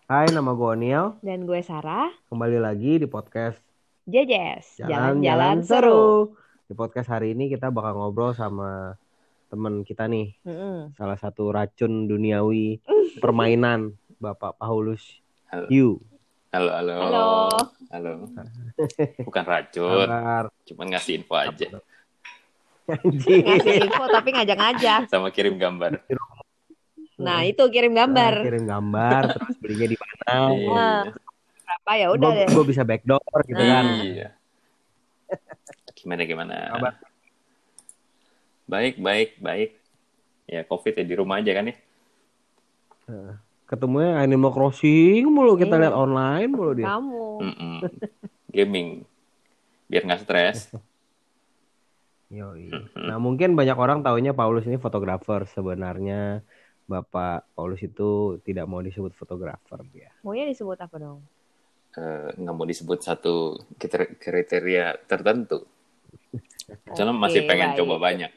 Hai, nama gue Oniel. Dan gue Sarah, Kembali lagi di podcast Jejes, Jalan-Jalan jalan-jalan seru. Seru. Di podcast hari ini kita bakal ngobrol sama teman kita nih. Mm-mm. Salah satu racun duniawi permainan, Bapak Paulus Halo, Yu. halo, halo, Halo. halo. Bukan racun, Kabar cuman ngasih info apa aja tuh? Ngasih Anjir. info tapi ngajak-ngajak. sama kirim gambar. Nah, itu kirim gambar. Kirim gambar, terus belinya di mana? Nah, Iya, apa ya udah deh. Gue bisa backdoor gitu kan. Nah, iya. Gimana gimana? Kabar. Baik, baik, baik. Ya, COVID ya di rumah aja kan ya. Ketemunya Animal Crossing mulu, kita Iya. lihat online mulu dia. kamu. Mm-mm. Gaming, biar nggak stres. Yoi. Nah, mungkin banyak orang taunya Paulus ini fotografer. Sebenarnya Bapak Paulus itu tidak mau disebut fotografer ya. Maunya disebut apa dong? Nggak mau disebut satu kriteria tertentu. Soalnya masih Oke, pengen baik. coba banyak.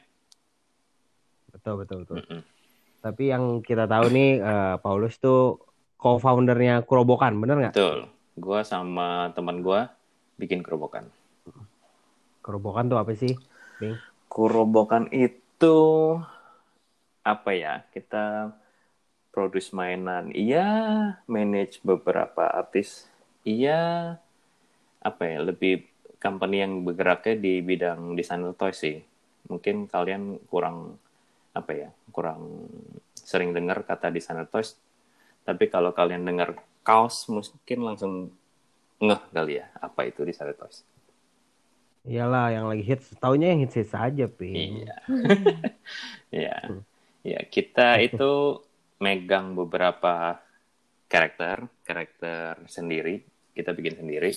Betul, betul, betul. Mm-mm. Tapi yang kita tahu nih, Paulus tuh co-foundernya Kurobokan, bener nggak? Betul. Gua sama teman gua bikin kerobokan. Kurobokan tuh apa sih, Bing? Kerobokan itu apa ya? Kita produce mainan, iya, manage beberapa artis, iya, apa ya? Lebih company yang bergeraknya di bidang desainer toys sih. Mungkin kalian kurang apa ya? Kurang sering dengar kata desainer toys. Tapi kalau kalian dengar kaos, mungkin langsung ngeh kali ya apa itu desainer toys. Iyalah, yang lagi hits. Taunya yang hits-hits aja, Bing. Iya, iya, ya kita itu megang beberapa karakter sendiri, kita bikin sendiri,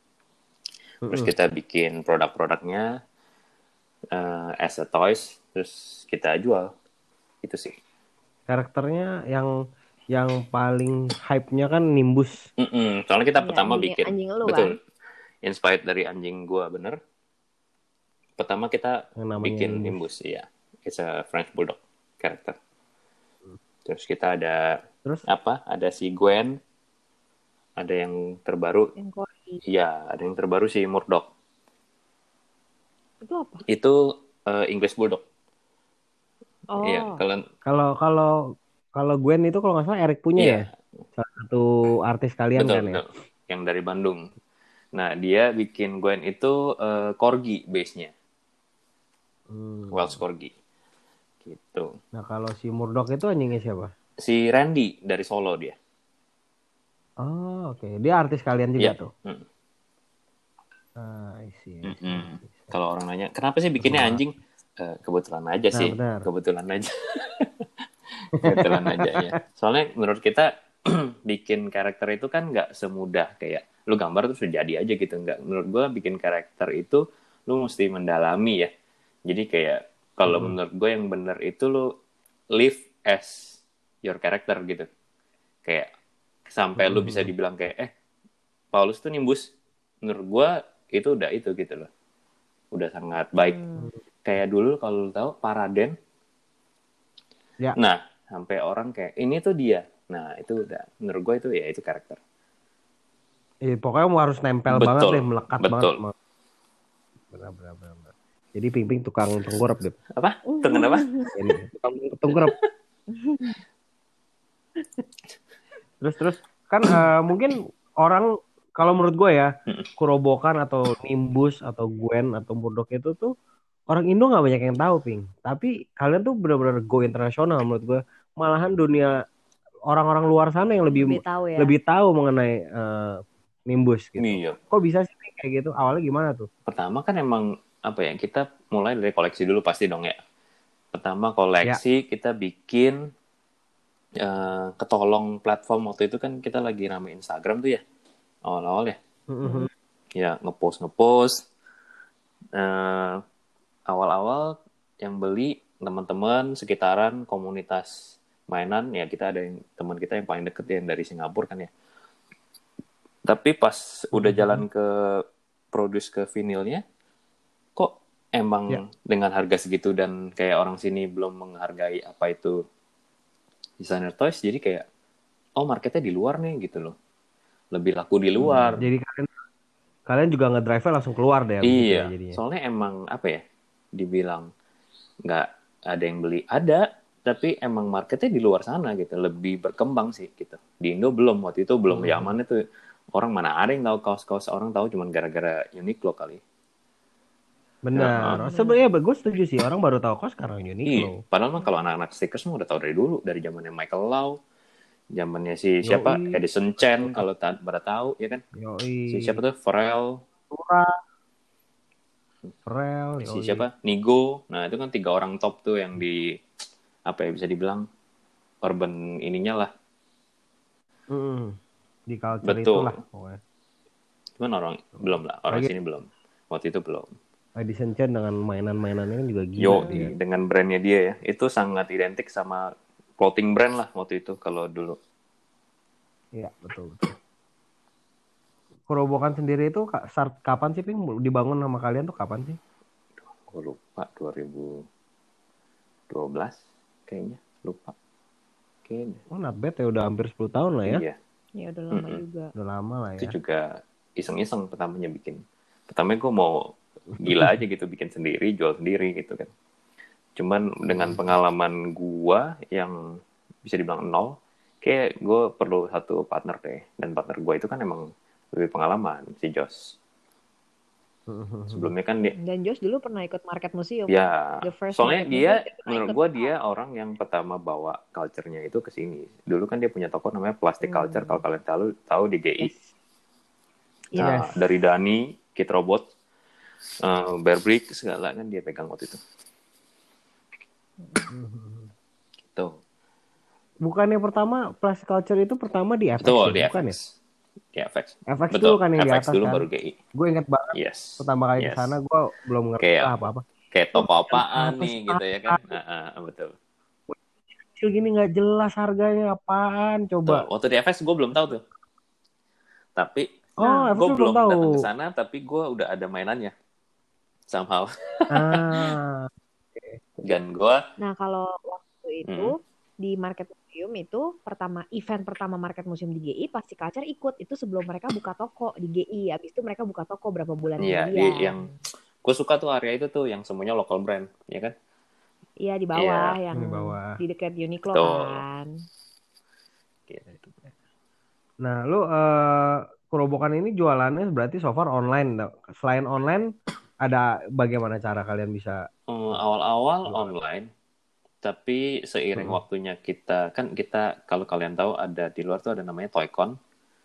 terus Mm-mm. kita bikin produk-produknya as a toys, terus kita jual, itu sih. Karakternya yang paling hype-nya kan Nimbus. Soalnya kita Iya, pertama anjing, bikin, anjing lu kan? betul, inspired dari anjing gua bener. Pertama kita Yang namanya bikin Nimbus. Nimbus, iya, it's a French Bulldog karakter. Terus kita ada Terus apa? Ada si Gwen, ada yang terbaru, Yang kori. iya, ada yang terbaru si Murdoch. Itu apa? Itu English Bulldog. Iya, Oh, kalian kalau kalau kalau Gwen itu kalau nggak salah Eric punya ya, iya, salah satu artis kalian betul kan ya. betul. Yang dari Bandung. Nah, dia bikin Gwen itu corgi base-nya, Welsh Hmm. corgi. Gitu. Nah kalau si Murdoch itu anjingnya siapa? Si Randy dari Solo dia. Oh oke, dia artis kalian juga Iya. tuh. Mm. Ah, I see, I see, I Mm-mm. see. Kalau orang nanya, kenapa sih bikinnya Wah. anjing? Kebetulan aja Nah sih. benar. Kebetulan aja. Kebetulan aja ya. Soalnya menurut kita bikin karakter itu kan nggak semudah kayak lu gambar terus udah jadi aja gitu. Nggak. Menurut gue bikin karakter itu lu mesti mendalami ya. Jadi kayak kalau Mm-mm. menurut gue yang bener itu lu live as your character gitu. Kayak sampai lu bisa Mm-mm. dibilang kayak Paulus tuh Nimbus. Menurut gue itu udah itu gitu loh. Udah sangat baik. Kayak dulu kalau lu tahu Paraden. Ya, Nah, sampai orang kayak ini tuh dia. Nah, itu udah menurut gue itu ya itu karakter. pokoknya mau harus nempel banget deh, Betul, melekat banget betul. sama. Benar, benar, benar, benar. Jadi Ping Ping tukang tengkurap deh. Apa? Tengah apa? Jadi tukang tengkurap. Terus kan mungkin orang kalau menurut gue ya Kurobokan atau Nimbus atau Gwen atau Murdoch itu tuh orang Indo nggak banyak yang tahu Ping. Tapi kalian tuh benar-benar go internasional menurut gue. Malahan dunia orang-orang luar sana yang lebih lebih tahu ya. lebih tahu mengenai Nimbus gitu. Iya. Kok bisa sih Ping, kayak gitu? Awalnya gimana tuh? Pertama kan emang apa ya? Kita mulai dari koleksi dulu pasti dong ya. Pertama Ya. koleksi kita bikin ketolong platform waktu itu kan kita lagi rame Instagram tuh ya. Awal-awal ya. Mhm. Ya ngepost awal-awal yang beli teman-teman sekitaran komunitas mainan ya kita ada yang teman kita yang paling deket yang dari Singapura kan ya. Tapi pas udah jalan ke produce ke vinilnya kok emang Ya. dengan harga segitu dan kayak orang sini belum menghargai apa itu designer toys jadi kayak marketnya di luar nih gitu loh, lebih laku di luar. Jadi kalian juga ngedrive langsung keluar deh gitu ya Iya, jadinya. soalnya emang apa ya, dibilang nggak ada yang beli, ada, tapi emang marketnya di luar sana gitu, lebih berkembang sih gitu. Di Indo belum, waktu itu belum zaman itu, orang mana ada yang tahu kaos-kaos, orang tahu cuman gara-gara Uniqlo kali. Benar. Heeh. Sebenarnya gue setuju sih, orang baru tahu kok sekarang Iya, Uniqlo. padahal mah kalau anak-anak stickers mah udah tahu dari dulu, dari zamannya Michael Lau, zamannya si siapa, Yoi, Edison Chen, kalau pada tahu ya kan, si siapa yoi, tuh, Pharrell, Tura, Pharrell, si yoi. siapa, Nigo. Nah itu kan 3 orang top tuh yang di apa ya, bisa dibilang urban ininya lah. Di culture itulah Betul. pokoknya. Cuman orang belum lah, orang Lagi sini belum. Waktu itu belum. Edison Chen dengan mainan-mainannya kan juga gila Yo, dia. dengan brandnya dia ya, itu sangat identik sama clothing brand lah waktu itu kalau dulu. Iya, betul. Kerobokan sendiri itu kapan sih, Ping? Dibangun sama kalian tuh kapan sih? Gue lupa, 2012 kayaknya, lupa. Kayaknya. Oh, not bad ya, udah hampir 10 tahun lah ya. Iya. Ya udah lama juga. Udah lama lah ya. Itu juga iseng-iseng pertamanya bikin. Pertamanya gue mau gila aja gitu, bikin sendiri, jual sendiri gitu kan. Cuman dengan pengalaman gue yang bisa dibilang nol, kayak gue perlu satu partner deh. Dan partner gue itu kan emang lebih pengalaman, si Josh. Sebelumnya kan dia, Dan Josh dulu pernah ikut market museum. ya, The first soalnya market dia, museum, pernah menurut ikut. gue dia orang yang pertama bawa culture-nya itu ke sini. Dulu kan dia punya toko namanya Plastic Culture, kalau kalian tahu di GI. Yes. Nah, Yes. dari Dani, Kit Robot, Bear Brick, segala kan dia pegang waktu itu. Gitu. Bukannya pertama Plastic Culture itu pertama di FX Betul, ya? di Bukan FX. ya? Di FX. FX Betul, dulu kan yang di FX atas dulu kan. baru GI. Gue inget banget Yes. pertama kali ke sana gue belum ngerti Kayak apa-apa. kayak toko apaan Apa nih sih? gitu ya kan? Betul. Kecil gini nggak jelas harganya apaan Betul. coba. Waktu di FX gue belum tahu tuh. Tapi FX gue lu belum belum tahu. datang ke sana, tapi gue udah ada mainannya somehow. Dan gue. Nah kalau waktu itu di market museum itu event pertama market museum di GI pasti Culture ikut itu sebelum mereka buka toko di GI. Habis itu mereka buka toko berapa bulan Iya, kemudian. yang gue suka tuh area itu tuh yang semuanya local brand, ya kan? Iya di bawah Iya. yang Di bawah. di dekat Uniqlo Betul. kan. Gitu. Nah, lu kerobokan ini jualannya berarti so far online. Selain online, ada bagaimana cara kalian bisa? Awal-awal online, tapi seiring waktunya kita kalau kalian tahu ada di luar tuh ada namanya Toycon.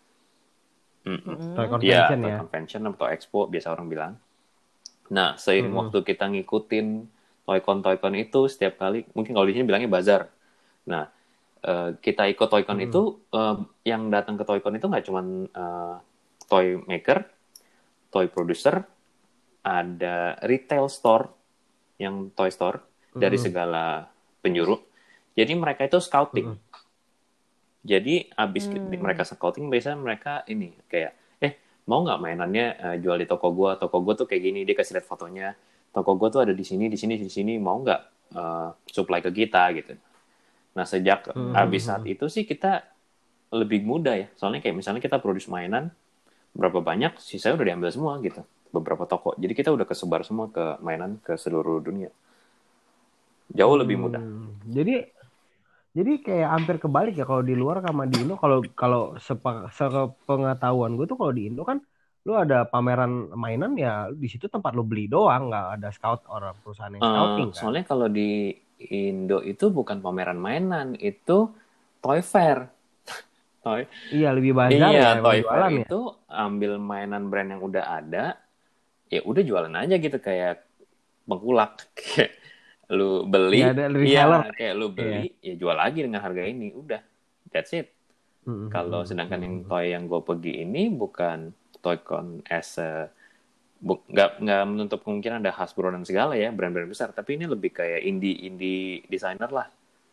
Toy Iya, convention Toy ya. Convention atau Expo biasa orang bilang. Nah, seiring waktu kita ngikutin Toycon itu setiap kali, mungkin kalau di sini bilangnya bazar. Nah, kita ikut Toycon itu, yang datang ke Toycon itu nggak cuma toy maker, toy producer, ada retail store, yang toy store dari segala penjuru. Jadi mereka itu scouting. Jadi abis mereka scouting, biasanya mereka ini kayak, mau nggak mainannya jual di toko gue tuh kayak gini, dia kasih lihat fotonya, toko gue tuh ada di sini, mau nggak supply ke kita gitu. Nah sejak abis saat itu sih kita lebih mudah ya, soalnya kayak misalnya kita produce mainan berapa banyak, sisanya udah diambil semua gitu, beberapa toko, jadi kita udah kesebar semua ke mainan ke seluruh dunia, jauh lebih mudah. Jadi kayak hampir kebalik ya kalau di luar sama di Indo. Kalau sepengetahuan gue tuh kalau di Indo kan lu ada pameran mainan ya di situ tempat lu beli doang, nggak ada scout orang perusahaan yang scouting kan. Soalnya kalau di Indo itu bukan pameran mainan, itu toy fair. Iya, lebih bazar ya emang Toy jualan fair ya. itu ambil mainan brand yang udah ada, ya udah jualan aja gitu, kayak pengkulak. Kayak lu beli, Ya, ada reseller. kayak lu beli, ya jual lagi dengan harga ini, udah, that's it. Kalau sedangkan yang toy yang gue pergi ini bukan Toycon as nggak menutup kemungkinan ada Hasbro dan segala ya, brand-brand besar, tapi ini lebih kayak indie designer lah.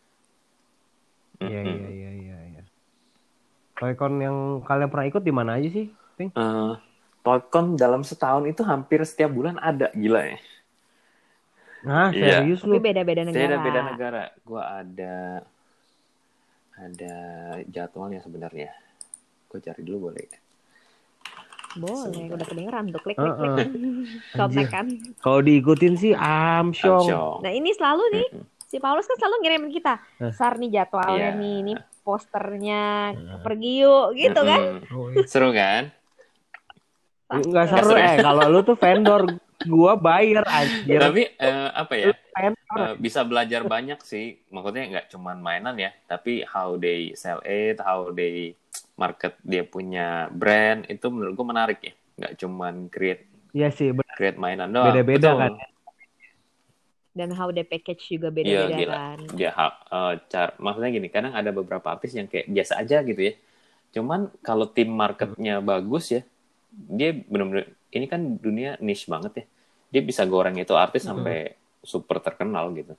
Iya. Toycon yang kalian pernah ikut di mana aja sih, Ping? Toycon dalam setahun itu hampir setiap bulan ada, gila ya. Nah, serius lu? Tapi beda-beda negara. Beda-beda negara. Gua ada Ada jadwalnya sebenarnya. Gue cari dulu boleh? Boleh, udah kedengeran tuh klik. Anjir. Contekan. Kalau diikutin sih Amsyong. Nah ini selalu nih, si Paulus kan selalu ngirimin kita. Sar nih jadwalnya nih, ini posternya, pergi yuk, gitu kan. Seru kan? Nggak seru kalau lu tuh vendor, gua buyer anjir. Tapi apa ya? Bisa belajar banyak sih. Maksudnya nggak cuman mainan ya, tapi how they sell it, how they market dia punya brand, itu menurut gua menarik ya. Nggak cuman create create mainan doang. Beda-beda kan. Dan how they package juga beda-beda kan. Dia maksudnya gini, kadang ada beberapa artis yang kayak biasa aja gitu ya. Cuman kalau tim marketnya bagus ya, dia benar-benar, ini kan dunia niche banget ya. Dia bisa goreng itu artis sampai super terkenal gitu.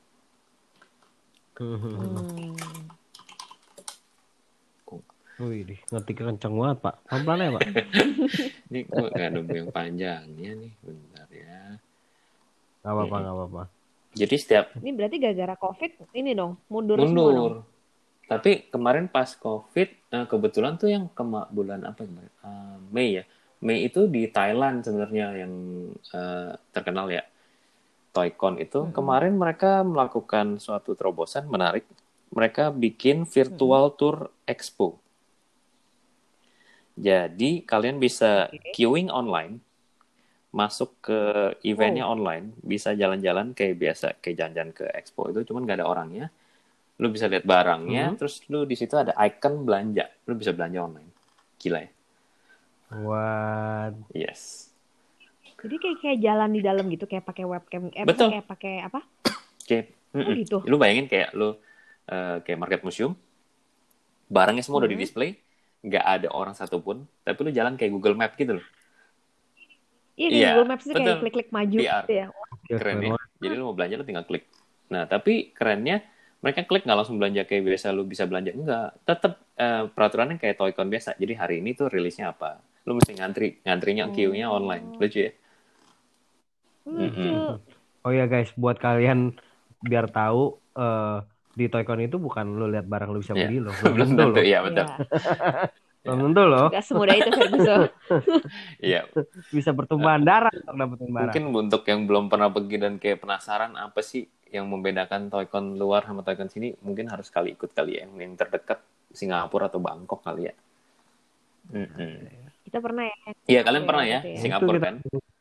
Wih, ngetik kenceng banget Pak. Pelan-pelan ya Pak. Ini gue nggak nunggu yang panjangnya nih, bentar ya. Nggak apa-apa. Jadi setiap ini berarti gara-gara COVID ini dong mundur. Semua dong. Tapi kemarin pas COVID kebetulan tuh yang bulan apa kemarin? Mei ya. Mei itu di Thailand sebenarnya yang terkenal ya. Toycon itu kemarin mereka melakukan suatu terobosan menarik. Mereka bikin virtual tour expo. Jadi kalian bisa queuing online, masuk ke eventnya online, bisa jalan-jalan kayak biasa, kayak jalan-jalan ke expo itu, cuman nggak ada orangnya. Lu bisa lihat barangnya, terus lu di situ ada icon belanja, lu bisa belanja online. Gila ya? What? Yes. Jadi kayak jalan di dalam gitu, kayak pakai webcam, betul. Kayak pakai apa? Kayak, gitu. Lu bayangin kayak lu kayak market museum, barangnya semua udah di display, nggak ada orang satupun, tapi lu jalan kayak Google Map gitu loh. Iya, Google Maps itu kayak klik-klik maju VR. gitu ya. Keren ya. Jadi lu mau belanja lu tinggal klik. Nah, tapi kerennya mereka klik nggak langsung belanja kayak biasa lu bisa belanja. Enggak. Tetap peraturannya kayak Toycon biasa. Jadi hari ini tuh rilisnya apa. Lu mesti ngantrinya queue-nya online. Lucu ya? Oh ya guys, buat kalian biar tahu di Toycon itu bukan lu lihat barang lu bisa beli loh. Belum tentu, iya betul. Belum tentu loh. Gak semudah itu Ferguson. Iya. Bisa pertumbuhan darah untuk dapetin barang. Mungkin untuk yang belum pernah pergi dan kayak penasaran apa sih yang membedakan Toycon luar sama Toycon sini, mungkin harus kali ikut kali ya, yang terdekat Singapura atau Bangkok kali ya. Kita pernah ya. Iya, kalian pernah ya, Singapura kan?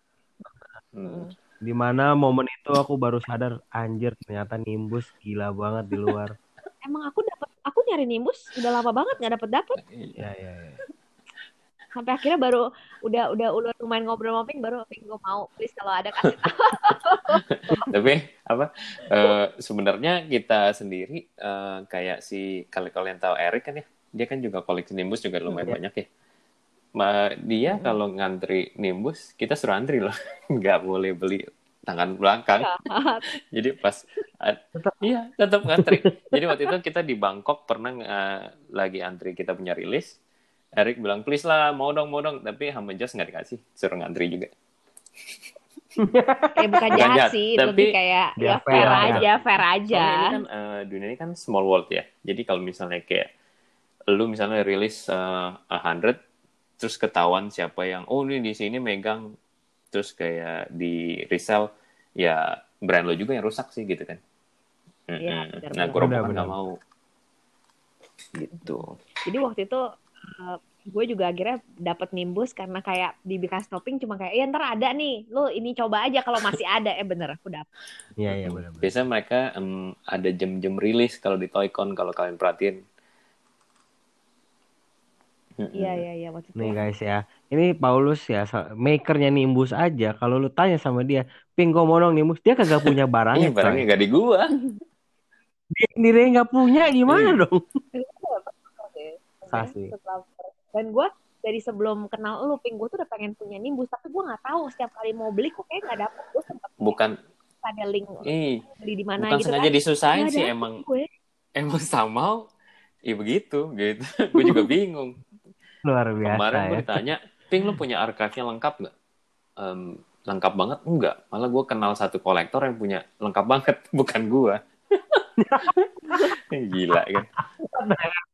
Di mana momen itu aku baru sadar, anjir ternyata Nimbus gila banget di luar. Emang aku nyari Nimbus udah lama banget nggak dapet. Iya. Sampai akhirnya baru udah lumayan ngobrol sama Pink, baru Pink gue mau please kalau ada kasih tahu. Tapi sebenarnya kita sendiri kayak si kalau kalian tahu Eric kan ya, dia kan juga koleksi Nimbus juga lumayan banyak ya. Dia kalau ngantri Nimbus kita suruh antri loh, nggak boleh beli tangan belakang. Jadi pas tetap ngantri. Jadi waktu itu kita di Bangkok pernah lagi antri kita punya rilis. Eric bilang please lah mau dong, tapi sama Josh nggak dikasih, suruh ngantri juga. Kayak bukan jahat sih, tapi lebih kayak ya fair aja. Ini kan dunia ini kan small world ya. Jadi kalau misalnya kayak lu misalnya rilis 100, terus ketahuan siapa yang ini di sini megang, terus kayak di resell, ya brand lo juga yang rusak sih gitu kan. Nah, gue nggak mau gitu. Jadi waktu itu gue juga akhirnya dapat Nimbus karena kayak di bekas topping cuma kayak ya ntar ada nih, lo ini coba aja kalau masih ada. Bener aku dapet. Iya bener. Biasanya mereka ada jam-jam rilis kalau di Toycon kalau kalian perhatiin. Iya waktu itu. Nih guys ya, ini Paulus ya, makernya Nimbus aja. Kalau lu tanya sama dia, Ping gue mau dong Nimbus, dia kagak punya barangnya. Barangnya gak di gua. Dia sendiri nggak punya, gimana dong? Dan gue dari sebelum kenal lu, Ping, gue tuh udah pengen punya Nimbus, tapi gue nggak tahu setiap kali mau beli kok kayak nggak dapet. Gue sempet ada link beli di mana gitu. Bukan sengaja disusahin sih, emang sama, begitu. Gue juga bingung. Luar biasa. Kemarin gue ditanya, Ping lu punya archive-nya lengkap nggak? Lengkap banget enggak. Malah gue kenal satu kolektor yang punya lengkap banget, bukan gue. Gila kan.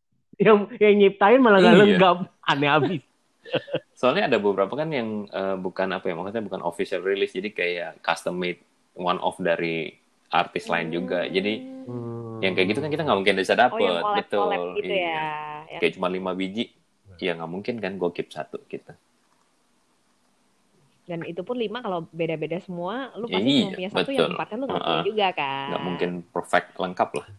yang nyiptain malah nggak Iya. lengkap, aneh abis. Soalnya ada beberapa kan yang bukan apa ya, maksudnya bukan official release, jadi kayak custom made one off dari artis lain juga. Jadi yang kayak gitu kan kita nggak mungkin bisa dapet. yang collab-collab Betul, gitu iya. ya. Kayak cuma 5 biji, ya nggak mungkin kan gue keep 1 gitu. Dan itu pun 5 kalau beda-beda semua, lu pasti Iya, cuma punya 1, betul. yang 4 kan lu nggak punya juga kan. Nggak mungkin perfect lengkap lah.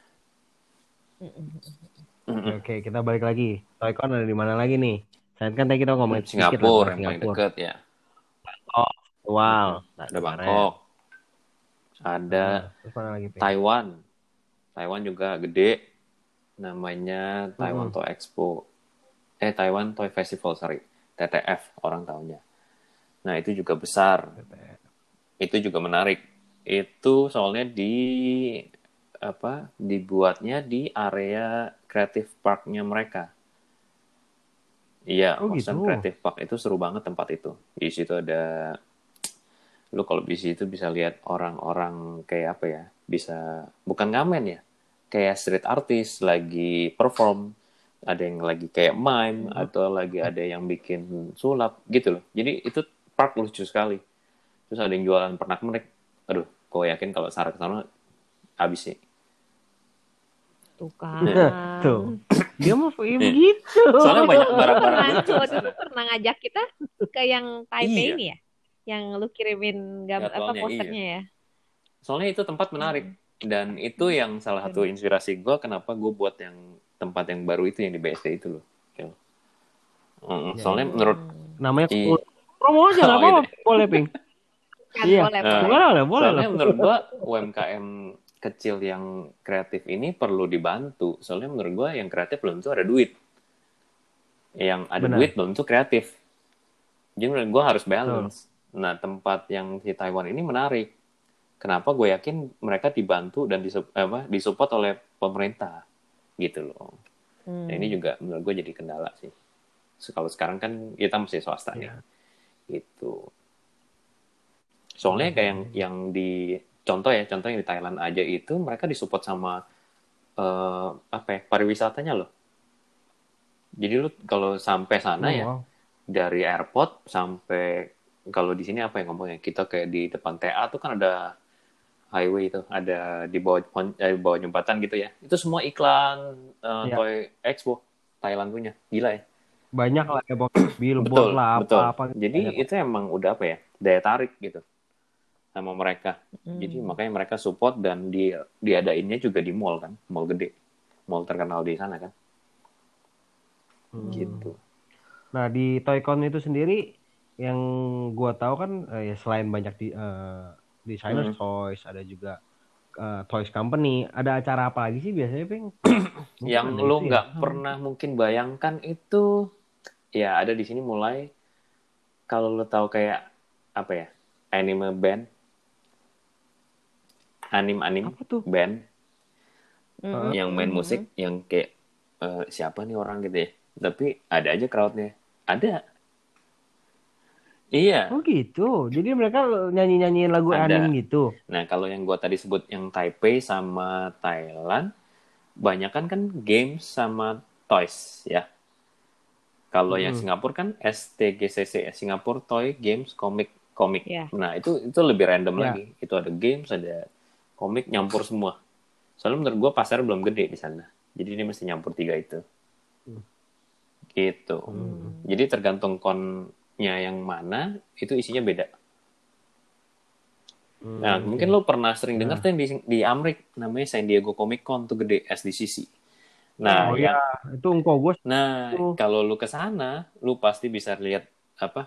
Oke, kita balik lagi. Toycon ada di mana lagi nih? Saya kan tadi kita ngomongin sedikit Singapura lah, yang paling deket ya. Oh, wow. Ada Bangkok. Ada Terus mana lagi, Ping? Taiwan. Taiwan juga gede. Namanya Taiwan Toy Expo. Taiwan Toy Festival, sorry. TTF orang tahunya. Nah, itu juga besar. Itu juga menarik. Itu soalnya dibuatnya di area Creative Park-nya mereka. Iya, Ocean gitu. Creative Park itu seru banget tempat itu. Di situ ada, lu kalau di situ bisa lihat orang-orang kayak apa ya, bisa bukan ngamen ya, kayak street artist lagi perform, ada yang lagi kayak mime atau lagi ada yang bikin sulap gitu loh. Jadi itu park lucu sekali. Terus ada yang jualan pernak-pernik. Aduh, gue yakin kalau Sarah ke sana habis sih. Tuh kan. Tuh. Dia mau begitu. Soalnya banyak barang-barang lucu. Waktu itu pernah ngajak kita ke yang Taipei Iya. ini ya, yang lu kirimin gambar Jadwalnya, posternya ya. Soalnya itu tempat menarik. Dan itu yang salah satu inspirasi gue kenapa gue buat yang tempat yang baru itu yang di BSD itu loh. Soalnya menurut namanya promo aja nggak apa-apa, boleh, Ping. Iya, boleh. Soalnya menurut gue UMKM kecil yang kreatif ini perlu dibantu. Soalnya menurut gue yang kreatif belum tentu ada duit. Yang ada duit belum tentu kreatif. Jadi menurut gue harus balance. Nah, tempat yang di Taiwan ini menarik. Kenapa gue yakin mereka dibantu dan disupport oleh pemerintah gitu loh. Nah, ini juga menurut gue jadi kendala sih. Kalau sekarang kan kita masih swasta nih. Gitu. Soalnya kayak yang di contoh yang di Thailand aja itu mereka disupport sama pariwisatanya loh. Jadi lu kalau sampai sana dari airport sampai, kalau di sini apa yang ngomongnya, kita kayak di depan TA tuh kan ada highway itu, ada di bawah jembatan gitu ya. Itu semua iklan Toy Expo Thailand punya. Gila ya. Banyak lah ya, billboard lah apa. Jadi itu emang udah apa ya, daya tarik gitu sama mereka. Jadi makanya mereka support dan diadainnya juga di mall kan, mall gede, mall terkenal di sana kan. Gitu. Nah, di Toycon itu sendiri yang gua tahu kan ya selain banyak di Designer Toys, ada juga Toys Company. Ada acara apa lagi sih biasanya, Ping? Yang lo nggak pernah mungkin bayangkan itu ya ada di sini mulai. Kalau lo tahu kayak apa ya, anime band, anim band yang main musik, yang kayak siapa nih orang gitu ya, tapi ada aja crowdnya, ada. Iya. Oh gitu. Jadi mereka nyanyiin lagu anime gitu. Nah, kalau yang gue tadi sebut yang Taipei sama Thailand, banyakan kan games sama toys ya. Kalau yang Singapura kan STGCC, Singapore Toy Games Comic. Yeah. Nah, itu lebih random lagi. Itu ada games, ada komik, nyampur semua. Soalnya menurut gue pasar belum gede di sana. Jadi ini mesti nyampur 3 itu. Gitu. Jadi tergantung konnya yang mana, itu isinya beda. Nah, mungkin lo pernah sering dengar tuh yang di Amerika, namanya San Diego Comic Con, tuh gede, SDCC. Nah, itu gue. Nah, kalau lu ke sana, lu pasti bisa lihat apa?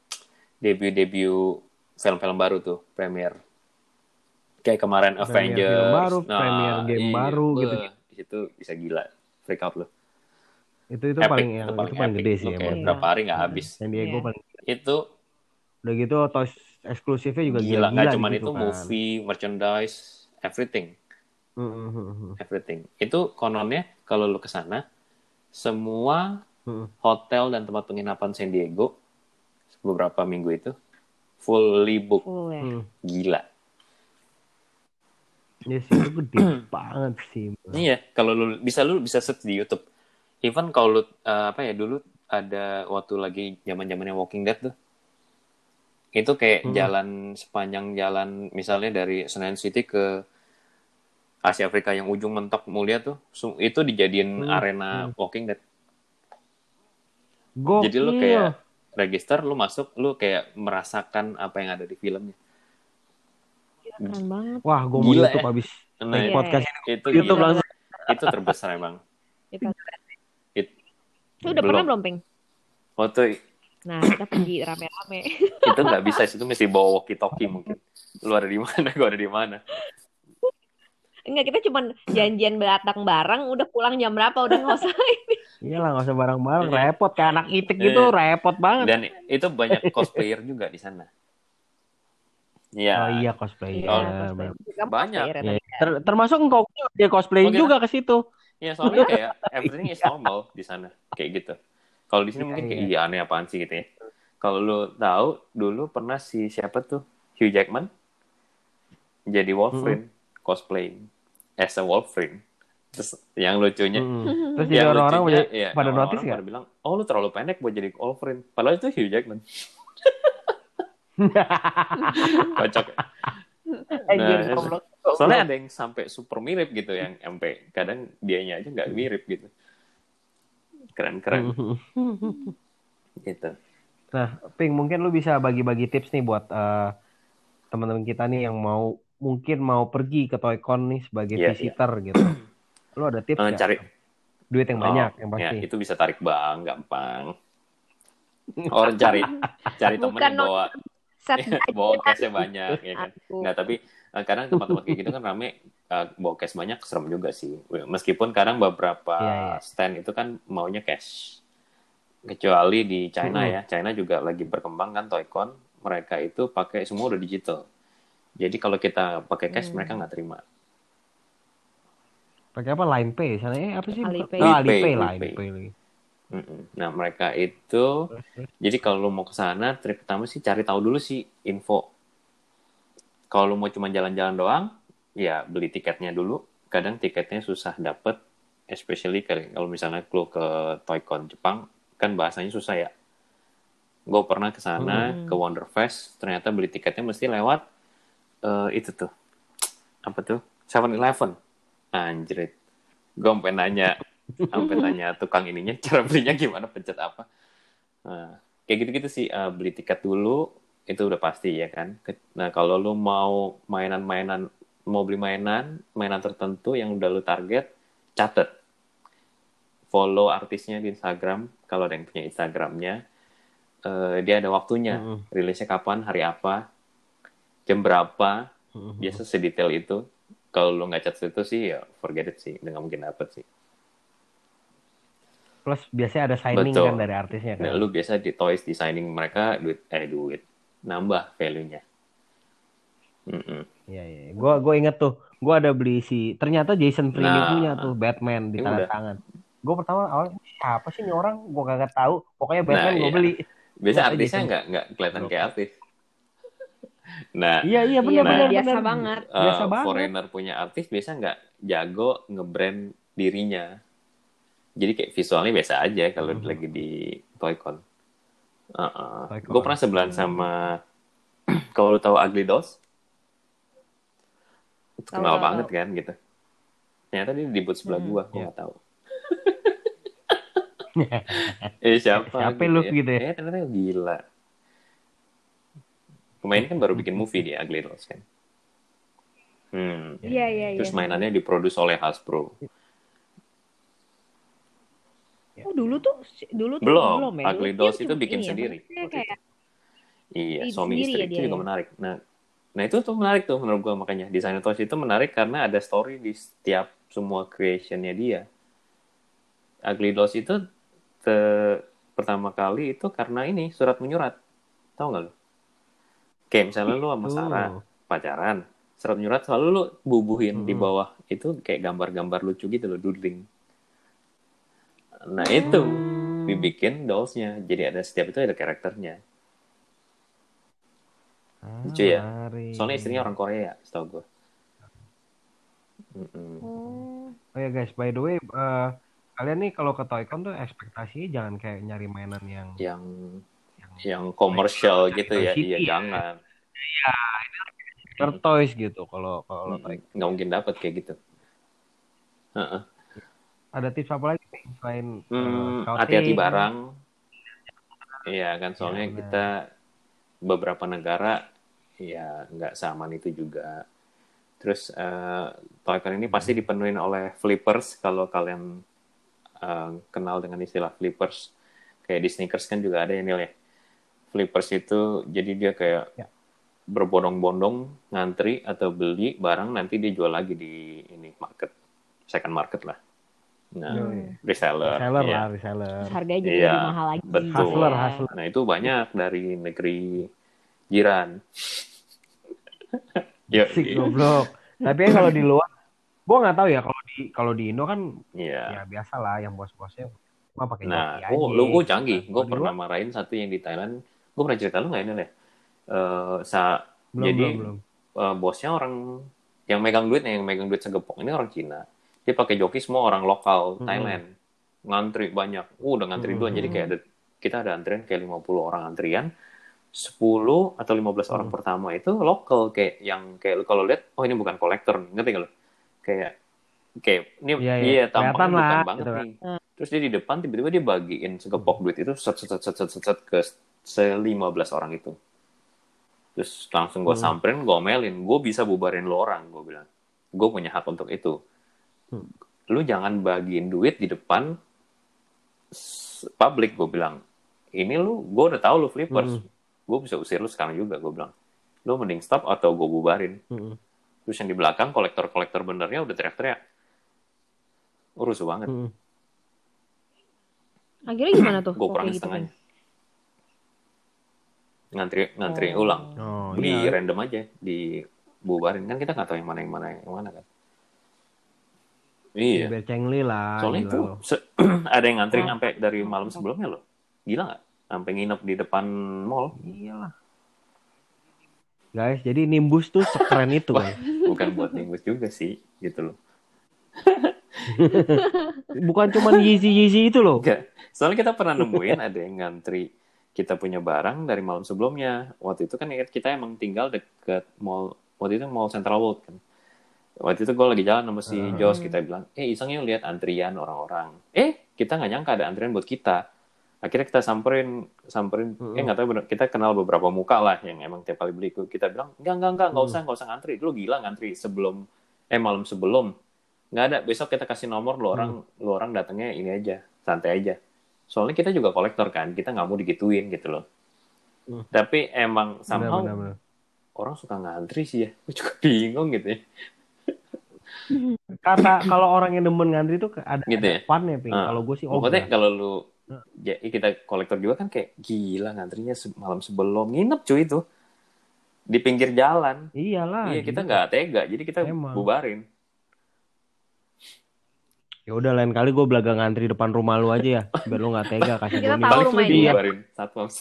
Debut film-film baru tuh, premier. Kayak kemarin Avengers, film baru, premier game baru gitu. Di situ bisa gila, freak out lu. Itu paling gede sih emang. Kayak berapa hari nggak habis. San Diego paling. Itu udah gitu toys eksklusifnya juga gila. Nggak cuma gitu itu, kan. movie, merchandise, everything. Everything. Itu kononnya kalau lu ke sana, semua hotel dan tempat penginapan San Diego beberapa minggu itu fully book. Gila. Ya sih, itu gede banget sih. Iya, kalau lu bisa search di YouTube. Even kalau dulu ada waktu lagi zaman-zamannya Walking Dead tuh, itu kayak jalan sepanjang jalan misalnya dari Senayan City ke Asia Afrika yang ujung mentok mulia tuh, itu dijadiin arena Walking Dead. Jadi lu Gokil. kayak register, lu masuk, lu kayak merasakan apa yang ada di filmnya. Keren banget. Wah, gue mau Gila YouTube ya. abis Nah, take podcast ini. itu YouTube gila. langsung. Itu terbesar emang. Itu. It, Lu udah pernah belum, Ping? Foto Nah, kita pergi rame-rame. itu nggak bisa, itu mesti bawa walkie-talkie mungkin. Lu ada di mana, gua ada di mana. Enggak, kita cuma janjian datang bareng, udah pulang jam berapa, udah nggak usah ini. Iyalah, nggak usah bareng-bareng, repot kayak anak itik gitu, repot banget. Dan itu banyak cosplayer juga di sana. Iya. Oh iya, cosplayer. Banyak. Ya, termasuk engkau dia cosplay juga ke situ. Iya, soalnya kayak everything is normal di sana, kayak gitu. Kalau di sini mungkin kayak iya aneh apaan sih gitu ya. Kalau lu tahu dulu pernah siapa tuh Hugh Jackman jadi Wolverine cosplay as a Wolverine. Terus yang lucunya, terus jadi orang-orang pada notice nggak? Pada bilang, oh lu terlalu pendek buat jadi Wolverine. Padahal itu Hugh Jackman. Kocok. Nah, soalnya ada yang sampai super mirip gitu, yang sampai kadang dianya aja nggak mirip gitu. Keren-keren. Gitu. Nah, Ping, mungkin lu bisa bagi-bagi tips nih buat teman-teman kita nih yang mungkin mau pergi ke Toycon nih sebagai visitor gitu. Lu ada tips nggak? Cari duit yang banyak yang pasti. Ya, itu bisa tarik bank, gampang. Orang cari temen yang bawa cashnya banyak, ya kan? Nggak, tapi kadang tempat-tempat kayak gitu kan rame, bawa cash banyak serem juga sih. Meskipun kadang beberapa stand itu kan maunya cash. Kecuali di China ya, China juga lagi berkembang kan Toycon, mereka itu pakai semua udah digital. Jadi kalau kita pakai cash mereka nggak terima. Pakai apa? Line Pay sana apa sih? Alipay. Alipay. Nah mereka itu, jadi kalau lu mau ke sana, trip pertama sih cari tahu dulu sih info. Kalau lu mau cuma jalan-jalan doang, ya beli tiketnya dulu. Kadang tiketnya susah dapet, especially kalau misalnya lu ke Toycon Jepang, kan bahasanya susah ya. Gue pernah ke sana ke Wonderfest, ternyata beli tiketnya mesti lewat itu tuh, apa tuh, 7-Eleven. Anjrit, gue sampai nanya tukang ininya cara belinya gimana, pencet apa. Nah, kayak gitu-gitu sih, beli tiket dulu itu udah pasti ya kan. Nah kalau lu mau beli mainan tertentu yang udah lu target, catet, follow artisnya di Instagram kalau ada yang punya Instagramnya. Dia ada waktunya, rilisnya kapan, hari apa, jam berapa, biasa sedetail itu. Kalau lu nggak catat itu sih ya forget it sih, nggak mungkin dapet sih. Plus biasanya ada signing kan dari artisnya kan. Nah, lu biasa di Toys di signing mereka duit nambah value-nya. Iya. Gue inget tuh, gue ada beli ternyata Jason Freely punya tuh Batman di tanda tangan. Gue pertama awal siapa sih ini orang, gue kagak tahu. Pokoknya Batman gue beli. Biasa artisnya nggak kelihatan kayak artis. Nah, iya benar. Biasa banget. Biasa banget. Foreigner punya artis biasa nggak jago nge-brand dirinya. Jadi kayak visualnya biasa aja kalau lagi di Toycon. Gue pernah sebelahan sama, kalau lu tahu Ugly Dolls, itu kenal banget kan gitu. Ternyata dia di booth sebelah gue nggak tahu. Siapa lu gitu ya? Ternyata gila. Pemain kan baru bikin movie dia, Ugly Dolls kan. Iya. Terus mainannya diproduksi oleh Hasbro. Oh dulu tuh belum ya. Ugly Dolls itu bikin sendiri. Iya, suami istri itu juga menarik. Nah itu tuh menarik tuh menurut gue, makanya desainer toys itu menarik karena ada story di setiap semua creationnya dia. Ugly Dolls itu pertama kali itu karena ini surat menyurat, tau nggak lu? Kayak misalnya lu sama Sarah pacaran, surat menyurat selalu lu bubuhin di bawah itu kayak gambar-gambar lucu gitu loh, doodling. Nah itu dibikin dolls-nya, jadi ada setiap itu ada karakternya. Lucu ya, soalnya istrinya orang Korea, setahu gue. Oh ya guys, by the way, kalian nih kalau ke Toycon tuh ekspektasinya jangan kayak nyari mainan yang komersial gitu Toy ya. City Iya, ya. jangan. Toys gitu kalau Toycon. Nggak mungkin dapat kayak gitu. Heeh. Ada tips apa lagi Ping, selain Hati-hati scouting? barang. Iya kan, Ya soalnya kita benar. beberapa negara ya nggak seaman itu juga. Terus Toycon ini pasti dipenuhin oleh flippers. Kalau kalian kenal dengan istilah flippers, kayak di sneakers kan juga ada ya Nil ya. Flippers itu jadi dia kayak Ya. berbondong-bondong ngantri atau beli barang nanti dia jual lagi di ini market, second market lah. Nah, reseller, Reseller ya. lah, reseller. Terus harganya jadi Iya, lebih mahal lagi. betul. Hustler, Ya. hustler. Nah, itu banyak dari negeri jiran. Yuk, Sik goblok. Tapi kan kalau di luar, gue nggak tahu ya kalau di Indo kan Iya. ya biasa lah yang bos-bosnya cuma pakai Nah, joki aja. lu gitu canggih. kan. Gue Kalau di pernah luar, marahin satu yang di Thailand. Gue pernah cerita lu nggak ini ya? Jadi belum. bosnya orang yang megang duit segepok ini orang Cina. Dia pakai joki semua orang lokal Thailand. Ngantri banyak. Udah ngantri duluan. Jadi kayak kita ada antrian kayak 50 orang antrian. 10 atau 15 orang pertama itu lokal, kayak yang kayak lu kalau lihat, oh ini bukan kolektor nih, ngerti gak lu? Kayak ini Iya, tampaknya kelihatan bukan lah, banget gitu kan. nih. Terus dia di depan tiba-tiba dia bagiin segepok duit itu set ke 15 orang itu. Terus langsung gue samperin, gue omelin, gue bisa bubarin lo orang, gue bilang. Gue punya hak untuk itu. Lu jangan bagiin duit di depan publik, gue bilang. Ini gue udah tahu lu flippers. Gue bisa usir lu sekarang juga, gue bilang. Lu mending stop atau gue bubarin. Terus yang di belakang, kolektor-kolektor benernya udah teriak-teriak. Rusuh banget. Akhirnya gimana tuh? Gue kurangin Gitu, setengahnya. Ngantri ulang. Di random aja, dibubarin. Kan kita nggak tahu yang mana kan. Iya. Bercengli lah. Soalnya itu ada yang ngantri sampai dari malam sebelumnya loh. Gila nggak? Sampai nginep di depan mall. Iyalah. Guys, jadi Nimbus tuh sekeren itu kan. Bukan buat Nimbus juga sih, gitu loh. Bukan cuma Yeezy itu loh. Enggak. Soalnya kita pernah nemuin ada yang ngantri kita punya barang dari malam sebelumnya. Waktu itu kan kita emang tinggal deket mall. Waktu itu mall Central World kan. Waktu itu gue lagi jalan sama si Jos, kita bilang, iseng yuk lihat antrian orang-orang. Kita nggak nyangka ada antrian buat kita. Akhirnya kita samperin, nggak tahu bener, kita kenal beberapa muka lah yang emang tiap kali beli. Kita bilang, enggak usah ngantri. Lu gila ngantri malam sebelum. Nggak ada, besok kita kasih nomor, lu orang datangnya ini aja, santai aja. Soalnya kita juga kolektor kan, kita nggak mau digituin gitu loh. Tapi emang somehow orang suka ngantri sih ya, gue juga bingung gitu ya. Kata kalau orang yang demen ngantri tuh ada gitu ya? fun-nya, Ping. Kalau gue sih pokoknya kalau lu kita kolektor juga kan kayak gila ngantrinya malam sebelum nginep cuy itu di pinggir jalan. Iyalah. Iya, kita nggak tega, jadi kita bubarin. Ya udah lain kali gue belaga ngantri depan rumah lu aja ya, biar lu nggak tega kasih kita gue tahu rumah dia. Bubarin satpam.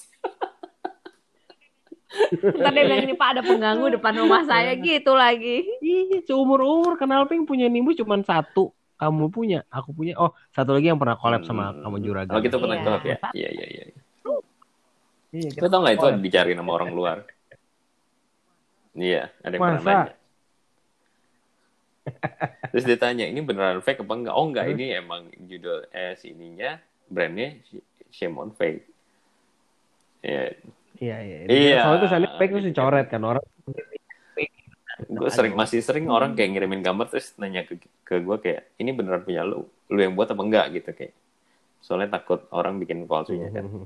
Ntar dia bilang ini Pak ada pengganggu depan rumah saya gitu lagi. Iya, seumur kenal Ping punya Nimbus cuma satu. Kamu punya, aku punya. Oh, satu lagi yang pernah collab sama kamu Juragan. Oh, kita pernah collab ya? Iya. Lu tau nggak itu dicari sama orang luar? Iya, ada yang pernah nanya. Terus ditanya, ini beneran fake apa enggak? Oh enggak, ini emang judul ininya, brandnya Shimon fake. Iya. Soalnya tulisannya fake terus dicoret kan orang. Gue masih sering orang kayak ngirimin gambar terus nanya ke gue kayak, ini beneran punya lu yang buat apa enggak gitu kayak. Soalnya takut orang bikin palsunya kan.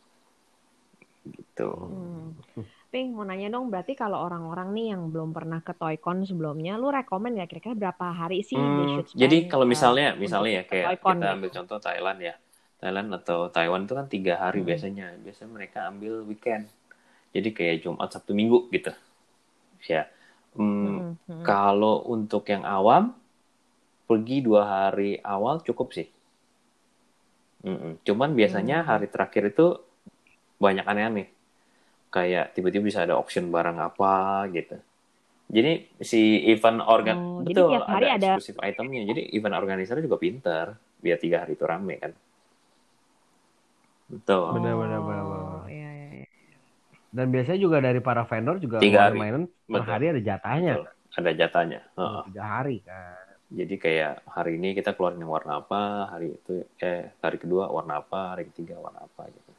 Gitu. Ping, mau nanya dong, berarti kalau orang-orang nih yang belum pernah ke Toycon sebelumnya, lu rekomen ya kira-kira berapa hari sih they should spend? Jadi kalau misalnya ya kayak Toycon kita ambil contoh Thailand ya. Thailand atau Taiwan itu kan 3 hari biasanya. Biasanya mereka ambil weekend. Jadi kayak Jumat, Sabtu, Minggu gitu. Ya. Kalau untuk yang awam, pergi 2 hari awal cukup sih. Cuman biasanya hari terakhir itu banyak aneh-aneh. Kayak tiba-tiba bisa ada auction barang apa gitu. Jadi si event betul, jadi tiap hari ada eksklusif itemnya. Jadi event organizer juga pintar. biar 3 hari itu rame kan. Betul. Benar. Iya. Dan biasanya juga dari para vendor juga 3 ngeluarin hari. mainan per Betul. hari ada jatahnya. Betul. Ada jatahnya. 3 hari kan. Jadi kayak hari ini kita keluarin yang warna apa, hari kedua warna apa, hari ketiga warna apa gitu.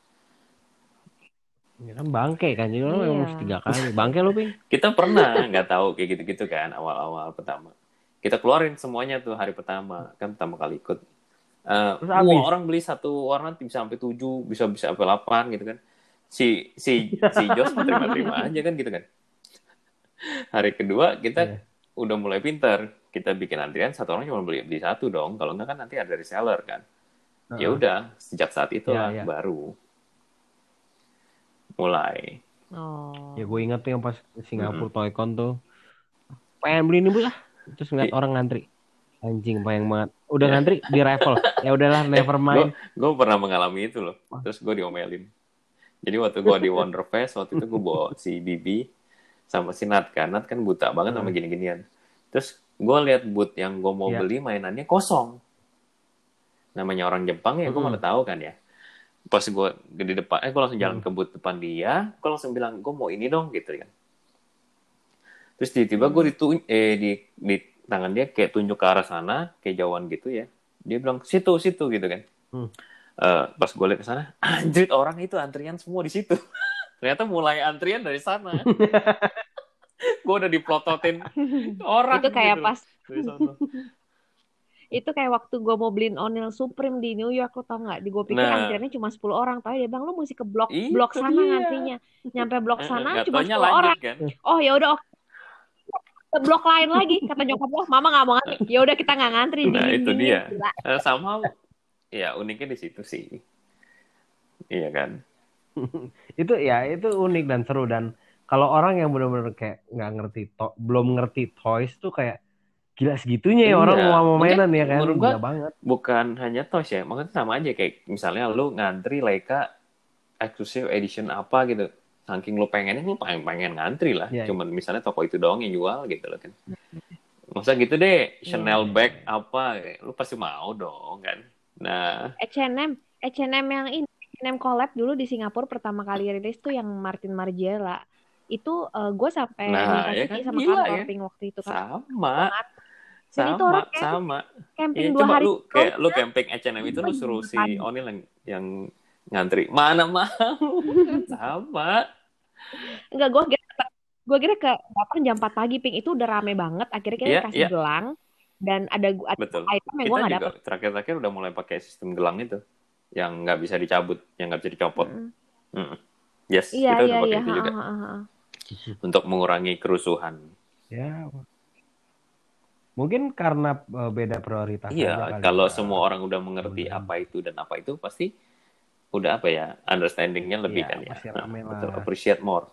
Ya kan bangke kan, jadi orang Iya. memang mesti 3 kali. Bangke lu, Ping? Kita pernah nggak tahu kayak gitu-gitu kan awal-awal pertama. Kita keluarin semuanya tuh hari pertama, kan pertama kali ikut. Terus habis? Orang beli satu warna bisa sampai 7, bisa sampai 8 gitu kan. Si Jos mah terima-terima aja kan gitu kan. Hari kedua kita udah mulai pintar. Kita bikin antrian, satu orang cuma beli satu dong. Kalau enggak kan nanti ada reseller kan. Ya udah, sejak saat itulah baru mulai. Ya gue inget tuh yang pas Singapura Toycon tuh. Pengen beli ini Bu lah. Terus ngeliat orang ngantri. Anjing pengen banget. Udah ngantri di raffle. Ya udahlah never mind. Gue pernah mengalami itu loh. Terus gue diomelin. Jadi waktu gue di Wonderfest, waktu itu gue bawa si Bibi sama si Nat kan. Nat kan buta banget sama gini-ginian. Terus gue lihat booth yang gue mau beli mainannya kosong. Namanya orang Jepang ya gue mana tahu kan ya. Pas gue di depan, gue langsung jalan ke booth depan dia. Gue langsung bilang, gue mau ini dong gitu kan. Terus tiba-tiba gue di tangan dia kayak tunjuk ke arah sana, kayak jauhan gitu ya. Dia bilang situ gitu kan. Pas gue lihat ke sana, anjir orang itu antrian semua di situ. Ternyata mulai antrian dari sana. Gue udah diplototin orang. Itu kayak gitu pas dari sana. Itu kayak waktu gue mau beliin O'Neil Supreme di New York, lo tau nggak? Gue pikir antriannya cuma 10 orang, tapi dia bilang lo mesti ke blok sana ngantrinya. Nyampe blok sana cuma 10 orang. Kan? Oh ya udah, ke blok lain lagi. Kata nyokap lo, mama nggak mau ngantri. Ya udah kita nggak ngantri. Nah itu dia. Sama ya uniknya di situ sih. Iya kan. itu unik dan seru, dan kalau orang yang benar-benar kayak nggak ngerti belum ngerti toys tuh kayak gila segitunya ya orang mau mainan ya kan. Gila banget. Bukan hanya toys ya, makanya sama aja kayak misalnya lu ngantri Leica exclusive edition apa gitu. Saking lu pengennya, lu pengen ngantri lah. Cuman misalnya toko itu doang yang jual gitu loh kan. Masa gitu deh, Chanel bag apa, lu pasti mau dong kan. Nah, H&M yang ini, H&M collab dulu di Singapura pertama kali rilis tuh yang Martin Margiela. Itu gue sampai minta CD sama kantor Ping waktu itu kan. Sama. Camping 2 hari. Lu kayak lu camping H&M itu lu suruh si O'Neil yang ngantri. Mana mau? Sama. Enggak, gue kira ke datang jam 4 pagi Ping, itu udah rame banget. Akhirnya kita kasih gelang dan ada item yang gue nggak dapet. Terakhir udah mulai pakai sistem gelang itu yang nggak bisa dicabut, yang nggak bisa dicopot. Yes, kita udah pakai itu juga. Untuk mengurangi kerusuhan. Ya. Mungkin karena beda prioritas. Iya, kalau semua orang udah mengerti apa itu dan apa itu, pasti udah apa ya, understanding-nya lebih kan ya. Betul, appreciate more.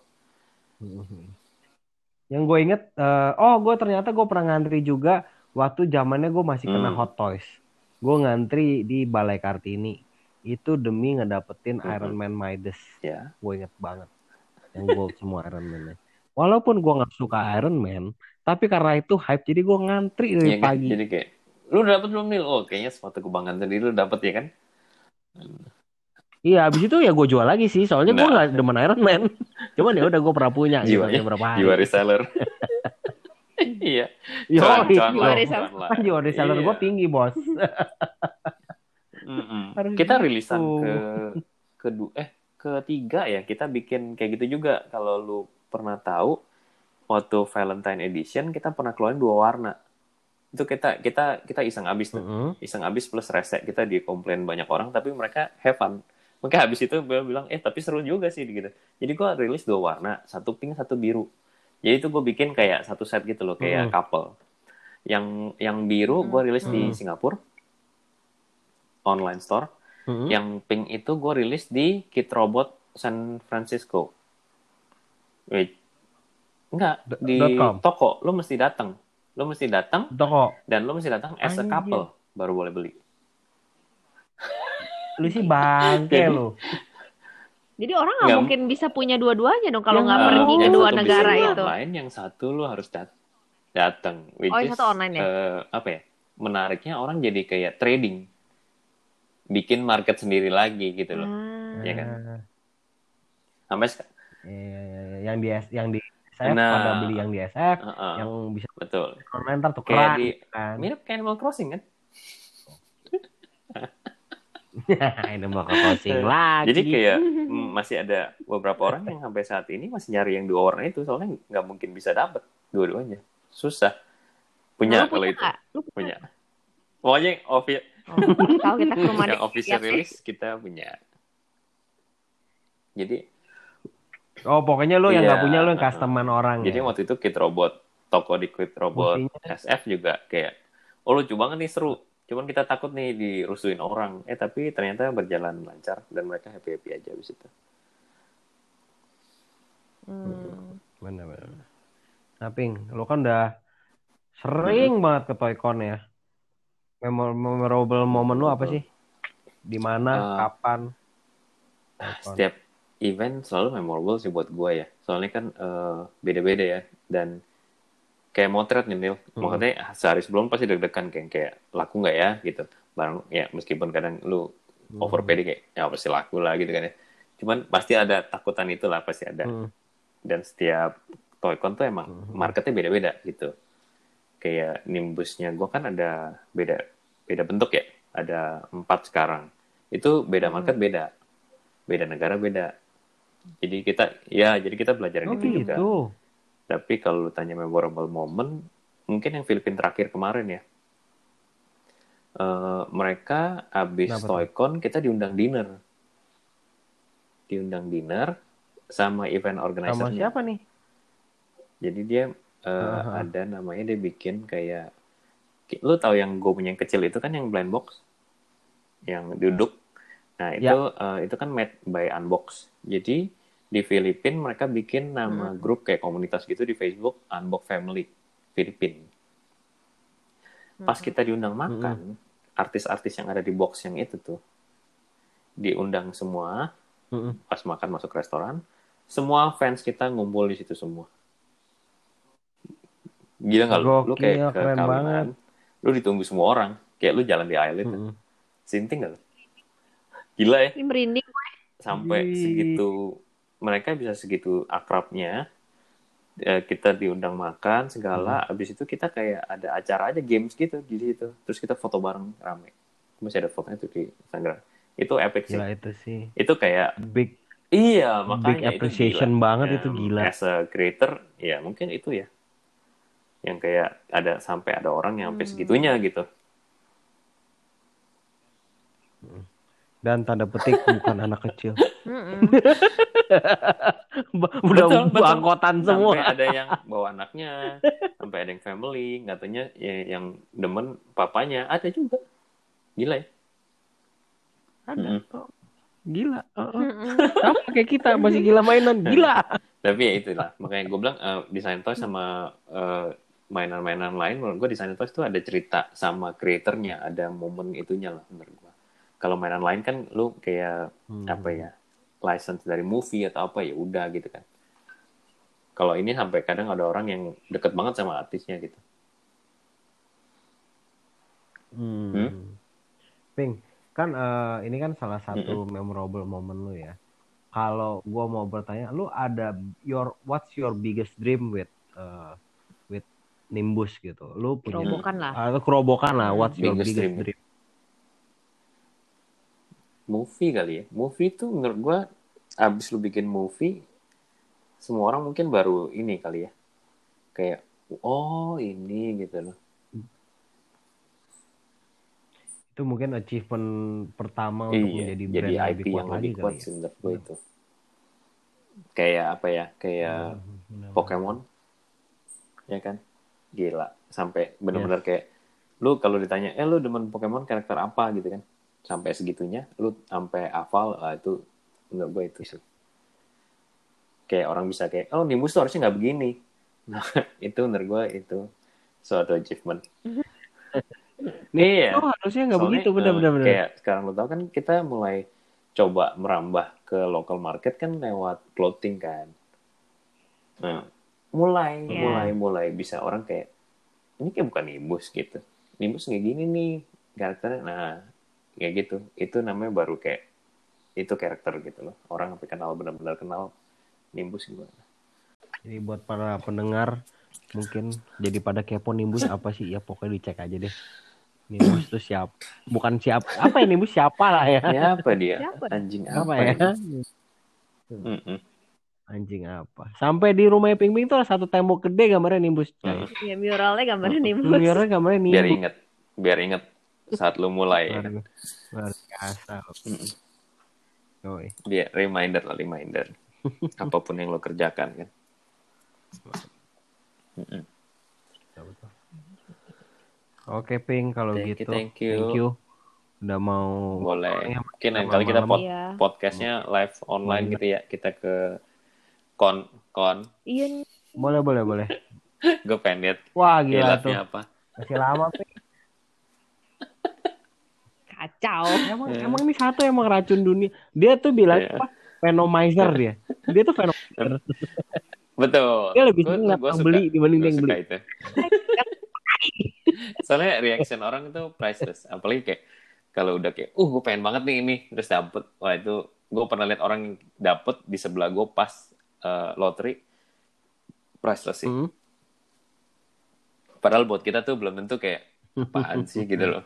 Yang gue inget, gue ternyata gue pernah ngantri juga waktu zamannya gue masih kena Hot Toys. Gue ngantri di Balai Kartini. Itu demi ngedapetin Iron Man Midas. Gue inget banget. Yang gold semua Iron Man-nya. Walaupun gue gak suka Iron Man, tapi karena itu hype, jadi gue ngantri dari pagi. Jadi kayak, lu dapet belum nih? Oh, kayaknya sepatu kebanggaan sendiri lu dapet ya kan? Iya, abis itu ya gue jual lagi sih, soalnya gue gak demen Iron Man. Cuman ya udah gue pernah punya gitu berapa hari. Jiwa reseller. Iya. Jiwa reseller gue tinggi, bos. Kita rilisan ketiga ya, kita bikin kayak gitu juga. Kalau lu pernah tahu, waktu Valentine Edition kita pernah keluarin 2 warna. Itu kita iseng abis tuh. Iseng abis plus rese, kita dikomplain banyak orang, tapi mereka have fun. Maka habis itu gue bilang, tapi seru juga sih gitu. Jadi gue rilis 2 warna, satu pink, satu biru. Jadi itu gue bikin kayak satu set gitu loh, kayak couple. Yang biru gue rilis di Singapura, online store. Yang pink itu gue rilis di Kit Robot San Francisco. Enggak, di toko. Lo mesti datang. Toko. Dan lo mesti datang as a couple, baru boleh beli. Lu sih bangke lo. Jadi orang nggak mungkin bisa punya dua-duanya dong kalau nggak pergi ke 2 negara itu. Lain yang satu lo harus datang. Satu online ya? Apa ya? Menariknya orang jadi kayak trading. bikin market sendiri lagi gitu loh. Ya kan? Sampai yang di SF pada beli yang di SF, yang bisa betul. online ntar tukeran kan. Mirip kayak Animal Crossing kan? Animal Crossing lagi. Jadi kayak masih ada beberapa orang yang sampai saat ini masih nyari yang 2 warna itu, soalnya nggak mungkin bisa dapet dua-duanya, susah. Punya kalau itu. Punya. Pokoknya tahu kita ke rumah yang official release kita punya. Jadi pokoknya lo yang nggak punya lo yang customan orang. Jadi waktu itu Kid Robot, toko di Kid Robot SF juga kayak lucu banget nih, seru. Cuman kita takut nih dirusuhin orang. Tapi ternyata berjalan lancar dan mereka happy-happy aja abis itu. Benar-benar. Nah, Ping, lo kan udah sering banget ke Toycon ya. Memorable moment lo apa sih? Di mana, kapan? Setiap event selalu memorable sih buat gue ya. Soalnya kan beda-beda ya. Dan kayak motret nih, Nil. Maksudnya sehari sebelum pasti deg-degan kayak laku nggak ya gitu. Barang ya meskipun kadang lu over pede kayak ya pasti laku lah gitu kan ya. Cuman pasti ada takutan itulah, pasti ada. Dan setiap Toycon tuh emang marketnya beda-beda gitu. Kayak Nimbusnya gue kan ada beda bentuk ya. Ada 4 sekarang. Itu beda market beda negara beda. Jadi kita belajarin itu juga. Tapi kalau lu tanya memorable moment, mungkin yang Filipina terakhir kemarin ya. Mereka abis Toycon kita diundang dinner sama event organizer-nya. Sama siapa nih? Jadi dia ada namanya, dia bikin kayak, lu tahu yang gue punya yang kecil itu kan, yang blind box, yang duduk. Nah itu kan made by Unbox. Jadi di Filipina mereka bikin nama grup kayak komunitas gitu di Facebook, Unbox Family Filipina. Pas kita diundang makan, artis-artis yang ada di box yang itu tuh diundang semua. Pas makan masuk restoran, semua fans kita ngumpul di situ semua. Gila nggak lu kayak ke kawinan, lu ditunggu semua orang, kayak lu jalan di aisle itu. Sinting nggak lu? Gila ya. Ini merinding gue. Sampai segitu, mereka bisa segitu akrabnya. Kita diundang makan segala, abis itu kita kayak ada acara aja, games gitu di situ. Terus kita foto bareng rame. Masih ada fotonya tuh di Instagram. Itu epic sih. Gila itu sih. Itu kayak big. Iya, makanya big appreciation itu gila. Banget itu gila. As a creator, ya mungkin itu ya. Yang kayak sampai ada orang yang sampai segitunya gitu. Dan tanda petik bukan anak kecil. Udah angkotan semua. Sampai ada yang bawa anaknya, sampai ada yang family, katanya yang demen papanya, ada juga. Gila ya? Ada. Gila. Sama kayak kita, masih gila mainan, gila. Tapi ya itulah, makanya gue bilang desain toys sama mainan-mainan lain, menurut gue desain toys itu ada cerita sama kreatornya, ada momen itunya lah menurut gue. Kalau mainan lain kan lu kayak apa ya, license dari movie atau apa, ya udah gitu kan. Kalau ini sampai kadang ada orang yang deket banget sama artisnya gitu. Ping, kan ini kan salah satu memorable moment lu ya. Kalau gua mau bertanya, lu ada what's your biggest dream with Nimbus gitu? Lu punya kerobokan lah. What's your biggest dream? Movie kali ya. Movie tuh menurut gue, abis lu bikin movie, semua orang mungkin baru ini kali ya. Kayak, ini gitu loh. Itu mungkin achievement pertama untuk menjadi brand jadi yang IP lebih kuat yang lagi lebih kuat sih menurut gue itu. Kayak apa ya, kayak Pokemon. Ya kan? Gila. Sampai benar-benar kayak, lu kalau ditanya, lu demen Pokemon karakter apa gitu kan? Sampai segitunya, lu sampai hafal, itu menurut gue itu sih. Kayak orang bisa kayak, Nimbus tuh harusnya nggak begini. Nah, itu menurut gue itu suatu achievement. Nih ya. Harusnya nggak begitu, benar-benar. Kayak sekarang lu tahu kan, kita mulai coba merambah ke local market kan lewat clothing kan. Nah, mulai bisa orang kayak, ini kayak bukan Nimbus gitu. Nimbus kayak gini nih karakternya. Nah, kayak gitu. Itu namanya baru kayak itu karakter gitu loh. Orang sampai kenal, benar-benar kenal Nimbus gimana. Jadi buat para pendengar mungkin jadi pada kepo Nimbus apa sih, ya pokoknya dicek aja deh. Nimbus tuh siapa? Bukan siapa. Apa ya Nimbus siapa lah ya? Siapa dia? Siapa? Anjing Apa apa ya? ini? Anjing apa? Sampai di rumah Ping Ping tuh ada satu tembok gede gambarnya Nimbus. Ya muralnya gambarnya Nimbus. Muralnya gambarnya Nimbus. Biar inget saat lu mulai. Luar biasa. Dia reminder. Apapun yang lo kerjakan kan. Oke Ping, kalau gitu. Thank you. Udah mau. Boleh. Mungkin lain kali kita podcastnya live online gitu ya. Kita ke kon. Iya. Boleh. Gue pengen lihat. Wah gila tuh. Apa? Masih lama Ping. Kacau. Emang ini satu emang racun dunia. Dia tuh bilang apa? Venomizer dia. Dia tuh venomizer. Betul. Dia lebih senang beli dibanding dia yang beli. Itu. Soalnya reaction orang itu priceless. Apalagi kayak kalau udah kayak, gue pengen banget nih ini, terus dapet. Wah itu, gue pernah lihat orang yang dapet di sebelah gue pas lottery, priceless sih. Padahal buat kita tuh belum tentu kayak apaan sih gitu loh.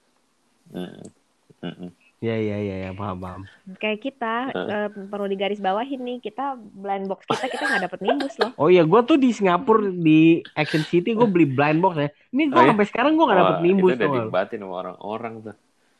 Ya, paham. Kayak kita perlu digaris bawahin nih, kita blind box kita nggak dapet Nimbus loh. Oh iya, gue tuh di Singapura di Action City gue beli blind box ya. Ini gue sampai sekarang gue nggak dapet Nimbus. Itu udah dibatin sama orang-orang tuh.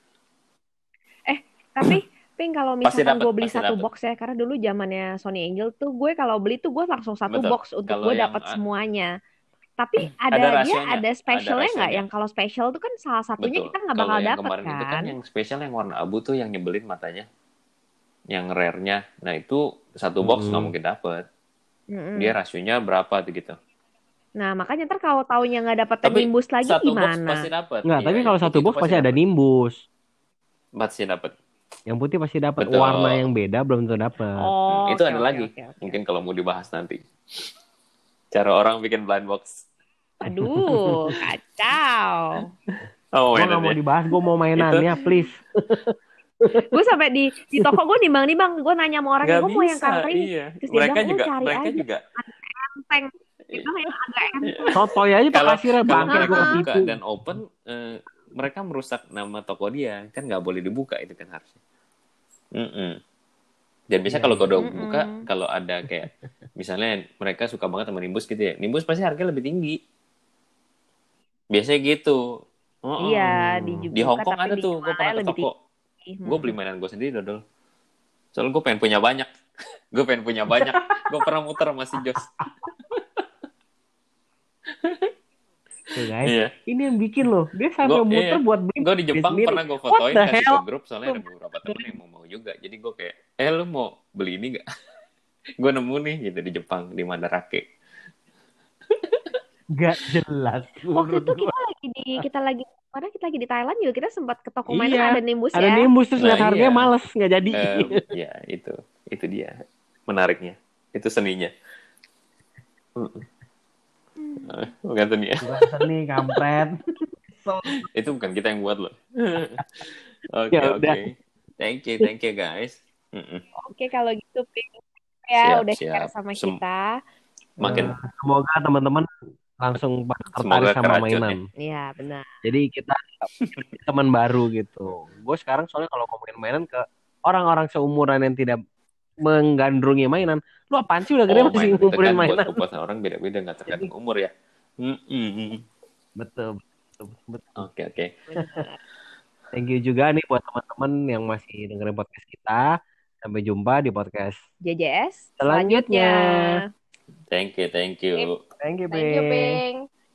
Tapi Ping kalau misalkan gue beli satu box ya, karena dulu zamannya Sony Angel tuh gue kalau beli tuh gue langsung satu box untuk gue dapet semuanya. Tapi ada spesialnya nggak? Yang kalau spesial tuh kan salah satunya kita nggak bakal dapet kan? Itu kan yang spesial yang warna abu tuh yang nyebelin matanya, yang rare-nya. Nah itu satu box nggak mungkin dapet. Dia rasionya berapa tuh gitu. Nah makanya ntar kalau taunya nggak dapet Nimbus lagi gimana? Box pasti dapet. Nggak, tapi kalau satu box pasti ada Nimbus. Pasti dapet. Yang putih pasti dapat. Warna yang beda belum tentu dapat. Itu ada lagi. Mungkin kalau mau dibahas nanti. Cara orang bikin blind box. Aduh, kacau. Gue gak mau dibahas, gue mau mainannya, please. Gue sampai di toko gue nimbang, gue nanya sama orang, gue mau yang karakter ini. Iya. Terus mereka bilang, juga, cari mereka aja. Juga. Enteng. Yang agak enteng. Sotoy aja Pak kasirnya bangke gue buka dan open, mereka merusak nama toko dia. Kan gak boleh dibuka itu kan harusnya. Dan biasanya kalau gue udah buka, kalau ada kayak misalnya mereka suka banget sama Nimbus gitu ya, Nimbus pasti harganya lebih tinggi. Biasanya gitu. Iya, di Hong Kong ada tuh, gue pernah ke toko. Gue beli mainan gue sendiri dodol. Soalnya gue pengen punya banyak. Gue pernah muter sama si Jos. Tuh guys, ini yang bikin loh. Dia sampai muter buat beli. Gue di Jepang pernah gue fotoin kasih ke grup, soalnya ada beberapa temen yang mau juga. Jadi gue kayak, lu mau beli ini gak? Gue nemu nih gitu di Jepang, di Mandarake. Gak jelas. Waktu itu kita lagi di Thailand juga, kita sempat ke toko mainan ada Nimbus ya. Ada Nimbus terus lihat harganya males nggak jadi. Ya itu dia menariknya, itu seninya. Bukan seni ya. Bukan seni, kampret. Itu bukan kita yang buat loh. Oke. Thank you guys. Oke, kalau gitu ya udah share sama kita. Makin semoga teman-teman langsung tertarik sama mainan. Iya, benar. Jadi kita teman baru gitu. Gue sekarang soalnya kalau ngomongin mainan ke orang-orang seumuran yang tidak menggandrungi mainan, lu apaan sih udah gede masih ngumpulin mainan? Buat orang beda-beda nggak tergantung umur ya. Betul. Oke. Thank you juga nih buat teman-teman yang masih dengerin podcast kita. Sampai jumpa di podcast JJS selanjutnya. Thank you. Thank you, Bing.